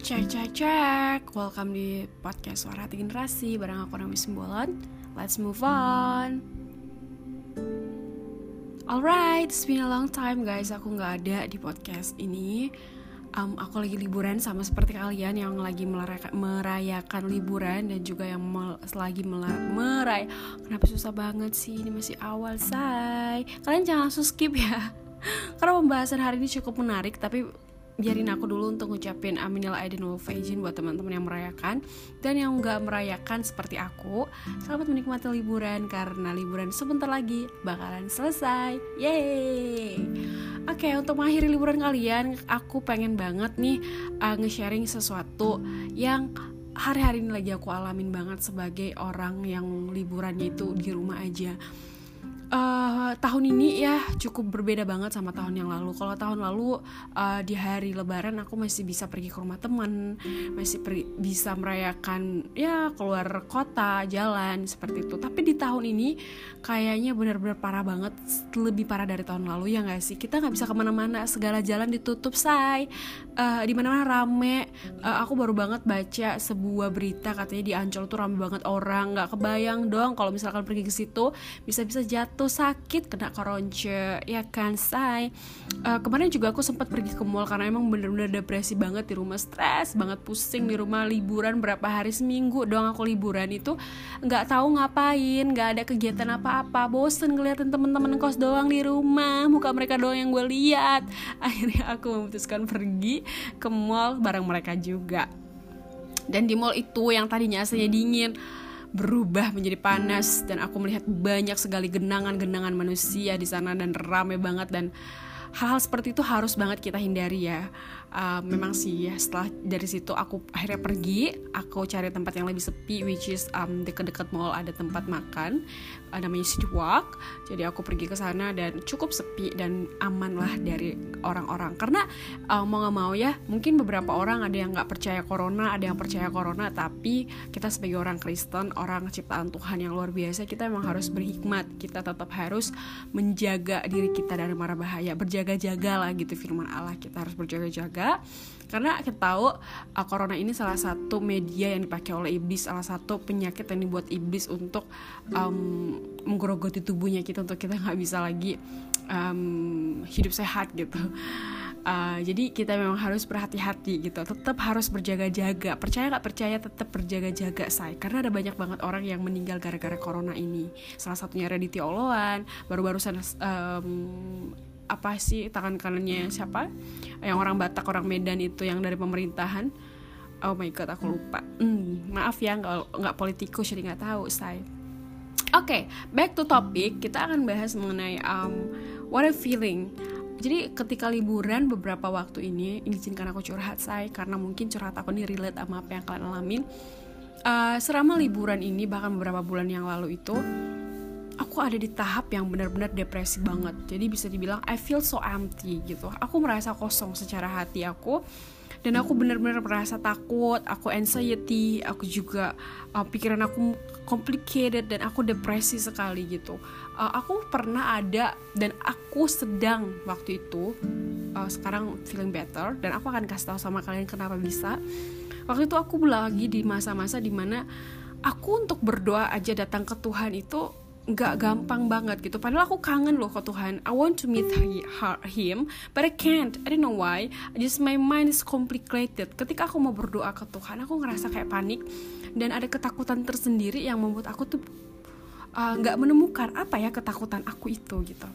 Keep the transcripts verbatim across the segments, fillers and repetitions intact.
Cek cek cek, welcome di podcast Suara Hati Generasi bareng aku Naomi Simbolon. Let's move on. Alright, it's been a long time guys, aku gak ada di podcast ini. um, Aku lagi liburan sama seperti kalian yang lagi merayakan, merayakan liburan. Dan juga yang mel- lagi mela- meray Kenapa susah banget sih, ini masih awal say. Kalian jangan langsung skip ya karena pembahasan hari ini cukup menarik. Tapi biarin aku dulu untuk ngucapin Aminal Aidin wal Faizin buat teman-teman yang merayakan. Dan yang gak merayakan seperti aku, selamat menikmati liburan, karena liburan sebentar lagi bakalan selesai. Yeay. Oke, okay, untuk mengakhiri liburan kalian, aku pengen banget nih uh, nge-sharing sesuatu yang hari-hari ini lagi aku alamin banget sebagai orang yang liburannya itu di rumah aja. Uh, tahun ini ya cukup berbeda banget sama tahun yang lalu. Kalau tahun lalu uh, di hari Lebaran aku masih bisa pergi ke rumah teman, masih per- bisa merayakan ya keluar kota, jalan seperti itu. Tapi di tahun ini kayaknya benar-benar parah banget, lebih parah dari tahun lalu ya nggak sih? Kita nggak bisa kemana-mana, segala jalan ditutup say, uh, di mana-mana rame. Uh, aku baru banget baca sebuah berita katanya di Ancol tuh rame banget orang. Nggak kebayang dong kalau misalkan pergi ke situ bisa-bisa jatuh sakit, kena koronce, ya kan say. Uh, kemarin juga aku sempat pergi ke mall karena emang bener-bener depresi banget di rumah, stres banget, pusing di rumah. Liburan berapa hari, seminggu doang aku liburan itu nggak tahu ngapain, nggak ada kegiatan apa-apa, bosen ngeliatin temen-temen kos doang di rumah, muka mereka doang yang gue lihat. Akhirnya aku memutuskan pergi ke mall bareng mereka juga. Dan di mall itu yang tadinya asalnya dingin berubah menjadi panas, dan aku melihat banyak sekali genangan-genangan manusia di sana dan rame banget. Dan hal-hal seperti itu harus banget kita hindari ya. Uh, memang sih ya, setelah dari situ aku akhirnya pergi, aku cari tempat yang lebih sepi, which is um, dekat-dekat mall ada tempat makan, uh, namanya City Walk. Jadi aku pergi ke sana dan cukup sepi dan aman lah dari orang-orang. Karena uh, mau nggak mau ya, mungkin beberapa orang ada yang nggak percaya corona, ada yang percaya corona, tapi kita sebagai orang Kristen, orang ciptaan Tuhan yang luar biasa, kita memang harus berhikmat. Kita tetap harus menjaga diri kita dari mara bahaya, berjaga-jaga lah gitu firman Allah. Kita harus berjaga-jaga karena kita tahu uh, corona ini salah satu media yang dipakai oleh iblis, salah satu penyakit yang dibuat iblis untuk um, menggerogoti tubuhnya kita, untuk kita nggak bisa lagi um, hidup sehat gitu. Uh, jadi kita memang harus berhati-hati gitu, tetap harus berjaga-jaga. Percaya nggak percaya, tetap berjaga-jaga say. Karena ada banyak banget orang yang meninggal gara-gara corona ini. Salah satunya Raditya Oloan, baru-barusan um, apa sih tangan kanannya siapa? Yang orang Batak, orang Medan itu yang dari pemerintahan. Oh my god, aku lupa. Hmm, maaf ya, nggak nggak politikus jadi nggak tahu say. Oke, okay, back to topic. Kita akan bahas mengenai um, what I'm feeling. Jadi ketika liburan beberapa waktu ini, izinkan aku curhat say, karena mungkin curhat aku ini relate sama apa yang kalian alamin. Uh, selama liburan ini, bahkan beberapa bulan yang lalu itu, aku ada di tahap yang benar-benar depresi banget. Jadi bisa dibilang I feel so empty gitu. Aku merasa kosong secara hati aku. Dan aku benar-benar merasa takut, aku anxiety, aku juga uh, pikiran aku complicated, dan aku depresi sekali gitu. Uh, aku pernah ada, dan aku sedang waktu itu, uh, sekarang feeling better, dan aku akan kasih tahu sama kalian kenapa bisa. Waktu itu aku lagi di masa-masa dimana aku untuk berdoa aja datang ke Tuhan itu gak gampang banget gitu. Padahal aku kangen loh ke Tuhan. I want to meet him, but I can't. I don't know why. Just my mind is complicated. Ketika aku mau berdoa ke Tuhan, aku ngerasa kayak panik, dan ada ketakutan tersendiri yang membuat aku tuh uh, gak menemukan apa ya ketakutan aku itu gitu.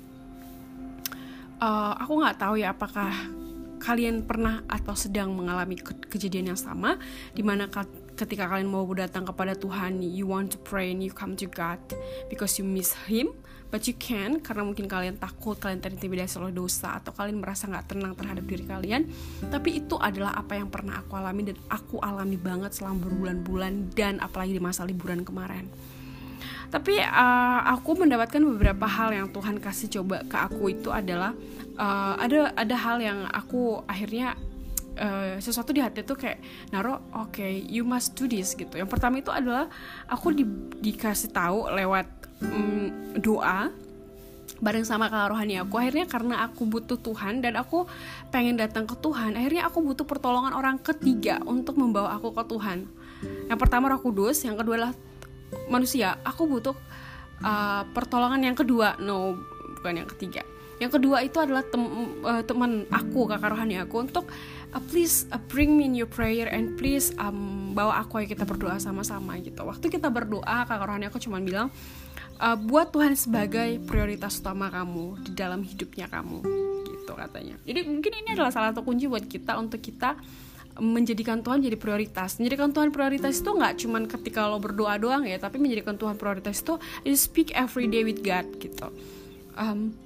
Uh, aku gak tahu ya apakah kalian pernah atau sedang mengalami ke- kejadian yang sama, dimana ka- ketika kalian mau datang kepada Tuhan, you want to pray and you come to God because you miss Him, but you can, karena mungkin kalian takut, kalian terintimidasi oleh dosa, atau kalian merasa gak tenang terhadap diri kalian. Tapi itu adalah apa yang pernah aku alami, dan aku alami banget selama berbulan-bulan, dan apalagi di masa liburan kemarin. Tapi uh, aku mendapatkan beberapa hal yang Tuhan kasih coba ke aku itu adalah uh, ada ada hal yang aku akhirnya Uh, sesuatu di hati tuh kayak naruh, oke, okay, you must do this gitu. Yang pertama itu adalah aku di, dikasih tahu lewat um, doa bareng sama Kak Rohani aku. Akhirnya karena aku butuh Tuhan dan aku pengen datang ke Tuhan, akhirnya aku butuh pertolongan orang ketiga untuk membawa aku ke Tuhan. Yang pertama Roh Kudus, yang kedua adalah manusia. Aku butuh uh, pertolongan yang kedua, no bukan yang ketiga. Yang kedua itu adalah tem- uh, teman aku, Kak Rohani aku, untuk uh, please uh, bring me in your prayer and please um, bawa aku, ayo kita berdoa sama-sama gitu. Waktu kita berdoa, Kak Rohani aku cuma bilang, Uh, buat Tuhan sebagai prioritas utama kamu di dalam hidupnya kamu, gitu katanya. Jadi mungkin ini adalah salah satu kunci buat kita untuk kita menjadikan Tuhan jadi prioritas. Menjadikan Tuhan prioritas itu nggak cuman ketika lo berdoa doang ya, tapi menjadikan Tuhan prioritas itu you speak every day with God gitu. Um,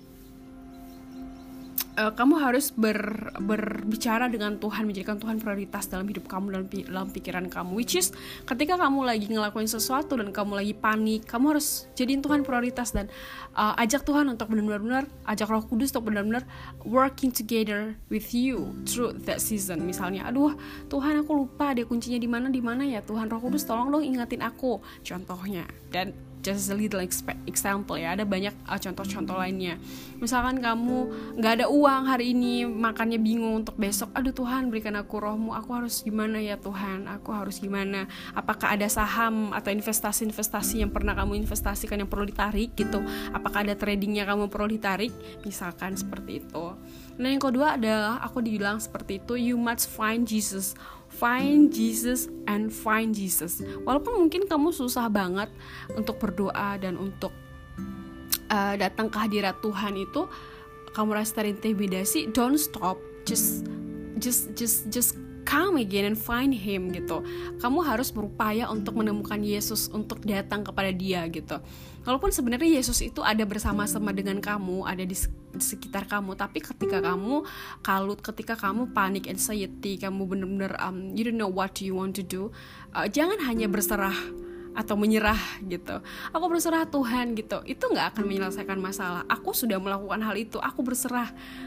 Uh, kamu harus ber, berbicara dengan Tuhan, menjadikan Tuhan prioritas dalam hidup kamu, dalam, dalam pikiran kamu. Which is ketika kamu lagi ngelakuin sesuatu dan kamu lagi panik, kamu harus jadiin Tuhan prioritas dan uh, ajak Tuhan untuk benar-benar, ajak Roh Kudus untuk benar-benar working together with you through that season. Misalnya, aduh Tuhan aku lupa deh kuncinya di mana di mana ya Tuhan, Roh Kudus tolong dong ingatin aku, contohnya. Dan just a little example ya, ada banyak uh, contoh-contoh lainnya. Misalkan kamu gak ada uang hari ini, makannya bingung untuk besok, aduh Tuhan berikan aku rohmu, aku harus gimana ya Tuhan, aku harus gimana, apakah ada saham atau investasi-investasi yang pernah kamu investasikan yang perlu ditarik gitu, apakah ada tradingnya kamu perlu ditarik, misalkan seperti itu. Nah yang kedua adalah aku dibilang seperti itu, you must find Jesus. Find Jesus and find Jesus. Walaupun mungkin kamu susah banget untuk berdoa dan untuk uh, datang ke hadirat Tuhan itu, kamu rasa terintimidasi, don't stop, just just just just come again and find him gitu. Kamu harus berupaya untuk menemukan Yesus, untuk datang kepada dia gitu. Walaupun sebenarnya Yesus itu ada bersama-sama dengan kamu, ada di sekitar kamu, tapi ketika kamu kalut, ketika kamu panik, anxiety, kamu benar-benar um, you don't know what you want to do, uh, jangan hanya berserah atau menyerah gitu. Aku berserah Tuhan gitu, itu nggak akan menyelesaikan masalah. Aku sudah melakukan hal itu, aku berserah.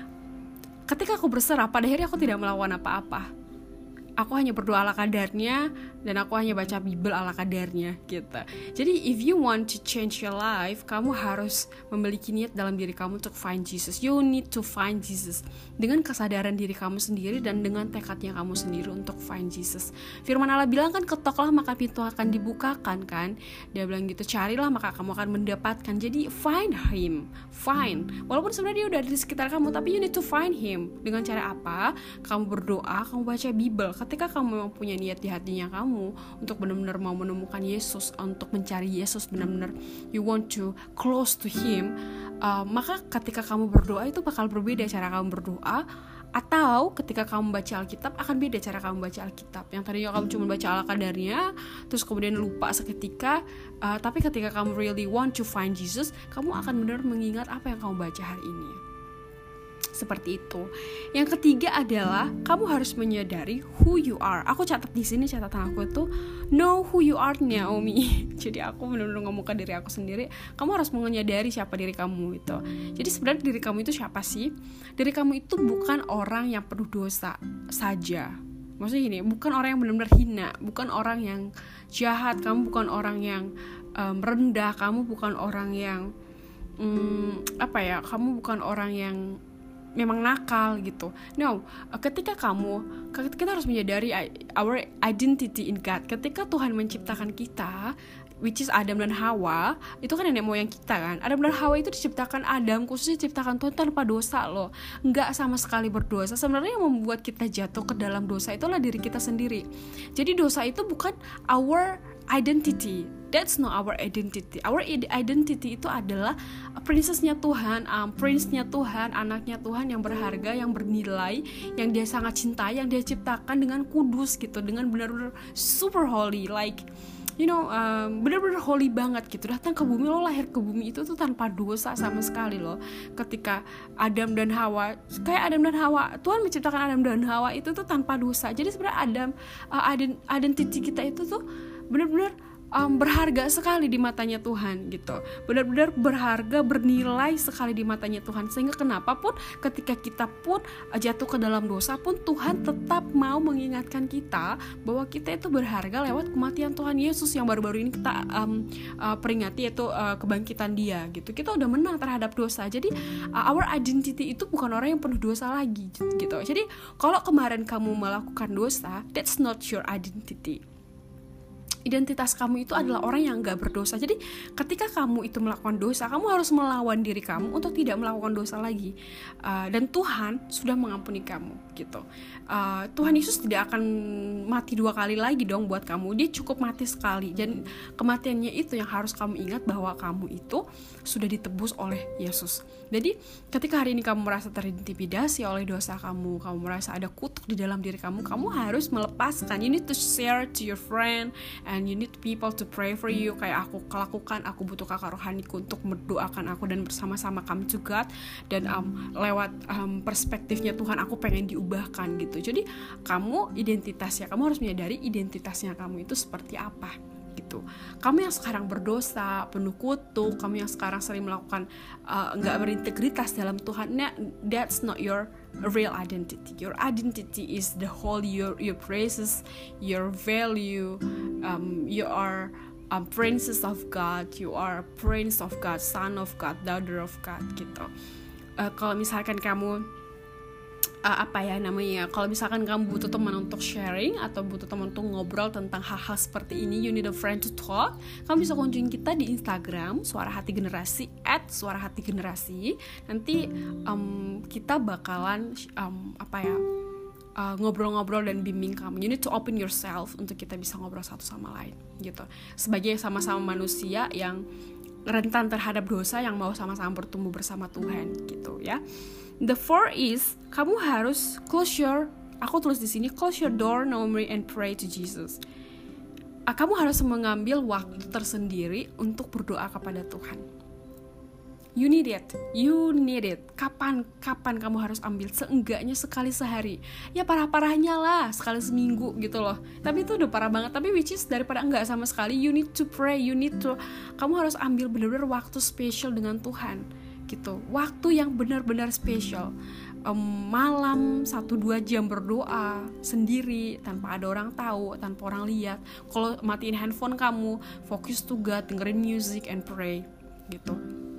Ketika aku berserah, pada akhirnya aku tidak melakukan apa-apa. Aku hanya berdoa ala kadarnya dan aku hanya baca Bible ala kadarnya gitu. Jadi if you want to change your life, kamu harus memiliki niat dalam diri kamu untuk find Jesus. You need to find Jesus dengan kesadaran diri kamu sendiri dan dengan tekadnya kamu sendiri untuk find Jesus. Firman Allah bilang kan, ketoklah maka pintu akan dibukakan kan. Dia bilang gitu, carilah maka kamu akan mendapatkan. Jadi find him, find. Walaupun sebenarnya dia udah di sekitar kamu, tapi you need to find him. Dengan cara apa? Kamu berdoa, kamu baca Bible. Ketika kamu memang punya niat di hatinya kamu untuk benar-benar mau menemukan Yesus, untuk mencari Yesus, benar-benar you want to close to him, uh, maka ketika kamu berdoa itu bakal berbeda cara kamu berdoa. Atau ketika kamu baca Alkitab akan beda cara kamu baca Alkitab. Yang tadinya kamu cuma baca ala kadarnya, terus kemudian lupa seketika, uh, tapi ketika kamu really want to find Jesus, kamu akan benar mengingat apa yang kamu baca hari ini. Seperti itu. Yang ketiga adalah kamu harus menyadari who you are. Aku catat di sini, catatan aku itu know who you are, Naomi. Jadi aku benar-benar ngomong ke diri aku sendiri, kamu harus menyadari siapa diri kamu itu. Jadi sebenarnya diri kamu itu siapa sih? Diri kamu itu bukan orang yang penuh dosa saja. Maksudnya gini, bukan orang yang benar-benar hina, bukan orang yang jahat, kamu bukan orang yang um, rendah, kamu bukan orang yang um, apa ya? Kamu bukan orang yang memang nakal gitu. No, ketika kamu, kita harus menyadari our identity in God. Ketika Tuhan menciptakan kita, which is Adam dan Hawa, itu kan nenek moyang kita kan. Adam dan Hawa itu diciptakan, Adam khususnya diciptakan Tuhan tanpa dosa loh, nggak sama sekali berdosa. Sebenarnya yang membuat kita jatuh ke dalam dosa itulah diri kita sendiri. Jadi dosa itu bukan our identity. That's not our identity. Our identity itu adalah princess-nya Tuhan, um, prince-nya Tuhan, anaknya Tuhan yang berharga, yang bernilai, yang dia sangat cintai, yang dia ciptakan dengan kudus gitu, dengan benar-benar super holy, like you know, um, benar-benar holy banget gitu. Datang ke bumi, lo lahir ke bumi itu tuh tanpa dosa sama sekali loh. Ketika Adam dan Hawa, kayak Adam dan Hawa, Tuhan menciptakan Adam dan Hawa itu tuh tanpa dosa. Jadi sebenarnya Adam, uh, identity kita itu tuh benar-benar um, berharga sekali di matanya Tuhan gitu. Benar-benar berharga, bernilai sekali di matanya Tuhan. Sehingga kenapa pun ketika kita pun jatuh ke dalam dosa pun, Tuhan tetap mau mengingatkan kita bahwa kita itu berharga lewat kematian Tuhan Yesus yang baru-baru ini kita um, uh, peringati, yaitu uh, kebangkitan Dia gitu. Kita udah menang terhadap dosa. Jadi uh, our identity itu bukan orang yang penuh dosa lagi gitu. Jadi kalau kemarin kamu melakukan dosa, that's not your identity. Identitas kamu itu adalah orang yang gak berdosa. Jadi ketika kamu itu melakukan dosa, kamu harus melawan diri kamu untuk tidak melakukan dosa lagi. uh, Dan Tuhan sudah mengampuni kamu gitu. uh, Tuhan Yesus tidak akan mati dua kali lagi dong buat kamu. Dia cukup mati sekali. Dan kematiannya itu yang harus kamu ingat, bahwa kamu itu sudah ditebus oleh Yesus. Jadi ketika hari ini kamu merasa terintimidasi oleh dosa kamu, kamu merasa ada kutuk di dalam diri kamu, kamu harus melepaskan. You need to share to your friend, and you need people to pray for you. Kayak aku lakukan, aku butuh kakak rohaniku untuk mendoakan aku dan bersama-sama come to God. Dan um, lewat um, perspektifnya Tuhan, aku pengen diubahkan gitu. Jadi kamu identitasnya, kamu harus menyadari identitasnya kamu itu seperti apa gitu. Kamu yang sekarang berdosa, penuh kutuk, kamu yang sekarang sering melakukan uh, nggak berintegritas dalam Tuhan, nah, that's not your real identity. Your identity is the whole your your praises, your value. Um, you are a princess of God, you are a prince of God, son of God, daughter of God gitu. Uh, kalau misalkan kamu Uh, apa ya namanya, kalau misalkan kamu butuh teman untuk sharing atau butuh teman untuk ngobrol tentang hal-hal seperti ini, you need a friend to talk, kamu bisa kunjungi kita di Instagram Suara Hati Generasi at Suara Hati Generasi. Nanti um, kita bakalan um, apa ya uh, ngobrol-ngobrol dan bimbing kamu. You need to open yourself untuk kita bisa ngobrol satu sama lain gitu. Sebagai sama-sama manusia yang rentan terhadap dosa, yang mau sama-sama bertumbuh bersama Tuhan gitu ya. The four is, kamu harus close your, aku tulis di sini, close your door, memory, and pray to Jesus. Kamu harus mengambil waktu tersendiri untuk berdoa kepada Tuhan. You need it, you need it. Kapan, kapan kamu harus ambil? Seenggaknya sekali sehari. Ya parah-parahnya lah, sekali seminggu gitu loh. Tapi itu udah parah banget. Tapi which is daripada enggak sama sekali, you need to pray, you need to, kamu harus ambil benar-benar waktu spesial dengan Tuhan gitu. Waktu yang benar-benar spesial. Um, malam satu dua jam berdoa sendiri tanpa ada orang tahu, tanpa orang lihat. Kalau matiin handphone kamu, fokus to God, dengerin music and pray gitu.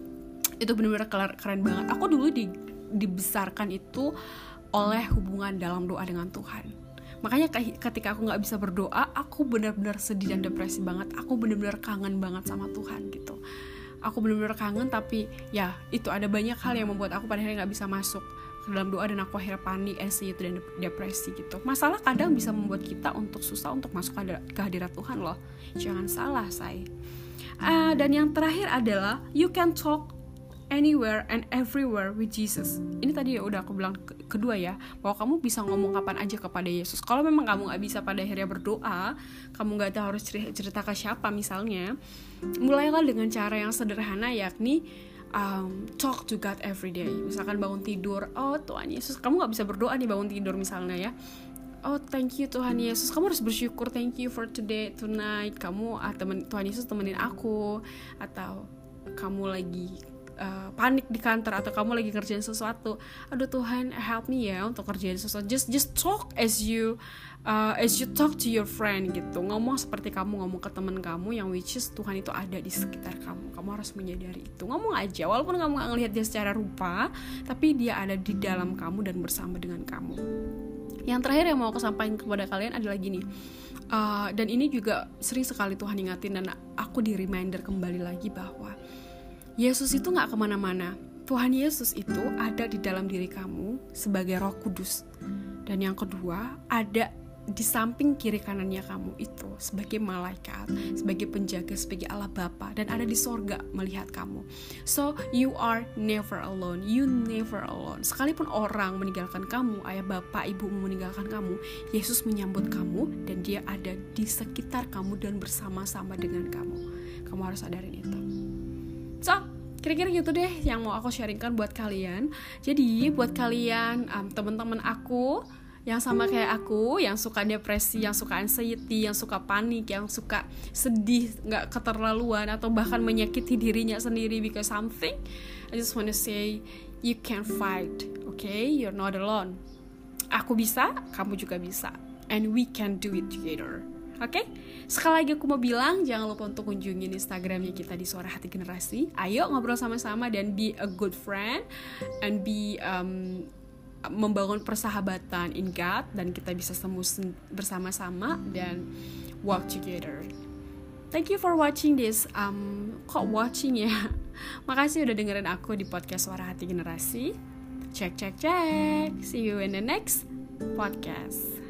Itu benar-benar keren banget. Aku dulu di, dibesarkan itu oleh hubungan dalam doa dengan Tuhan. Makanya ketika aku gak bisa berdoa, aku benar-benar sedih dan depresi banget. Aku benar-benar kangen banget sama Tuhan gitu. Aku benar-benar kangen, tapi ya itu ada banyak hal yang membuat aku pada akhirnya gak bisa masuk ke dalam doa, dan aku akhirnya panik, anxiety, dan depresi gitu. Masalah kadang bisa membuat kita untuk susah untuk masuk ke hadirat Tuhan loh. Jangan salah, say. Uh, dan yang terakhir adalah you can talk anywhere and everywhere with Jesus. Ini tadi ya udah aku bilang ke- kedua ya, bahwa kamu bisa ngomong kapan aja kepada Yesus. Kalau memang kamu gak bisa pada akhirnya berdoa, kamu gak tahu harus cerita ke siapa misalnya, mulailah dengan cara yang sederhana, yakni um, talk to God every day. Misalkan bangun tidur, oh Tuhan Yesus, kamu gak bisa berdoa nih bangun tidur misalnya ya, oh thank you Tuhan Yesus, kamu harus bersyukur, thank you for today, tonight. Kamu ah, temen, Tuhan Yesus temenin aku. Atau kamu lagi Uh, panik di kantor, atau kamu lagi ngerjain sesuatu, aduh Tuhan help me ya untuk ngerjain sesuatu. Just just talk as you uh, as you talk to your friend gitu. Ngomong seperti kamu ngomong ke teman kamu, yang which is Tuhan itu ada di sekitar kamu. Kamu harus menyadari itu. Ngomong aja, walaupun kamu gak ngelihat dia secara rupa, tapi dia ada di dalam kamu dan bersama dengan kamu. Yang terakhir yang mau aku sampaikan kepada kalian adalah gini, uh, dan ini juga sering sekali Tuhan ingatin, dan aku di reminder kembali lagi bahwa Yesus itu gak kemana-mana. Tuhan Yesus itu ada di dalam diri kamu sebagai Roh Kudus. Dan yang kedua, ada di samping kiri kanannya kamu itu sebagai malaikat, sebagai penjaga, sebagai Allah Bapa, dan ada di sorga melihat kamu. So you are never alone. You never alone. Sekalipun orang meninggalkan kamu, ayah bapak ibumu meninggalkan kamu, Yesus menyambut kamu, dan dia ada di sekitar kamu dan bersama-sama dengan kamu. Kamu harus sadarin itu. So, kira-kira gitu deh yang mau aku sharingkan buat kalian. Jadi, buat kalian um, teman-teman aku yang sama kayak aku, yang suka depresi, yang suka anxiety, yang suka panik, yang suka sedih, gak keterlaluan, atau bahkan menyakiti dirinya sendiri because something, I just wanna say, you can fight, okay? You're not alone. Aku bisa, kamu juga bisa, and we can do it together. Oke, okay? Sekali lagi aku mau bilang, jangan lupa untuk kunjungin Instagramnya kita di Suara Hati Generasi. Ayo ngobrol sama-sama dan be a good friend and be um, membangun persahabatan in God, dan kita bisa sembuh bersama-sama dan walk together. Thank you for watching this. Um, kok watching ya? Makasih udah dengerin aku di podcast Suara Hati Generasi. Cek cek cek. See you in the next podcast.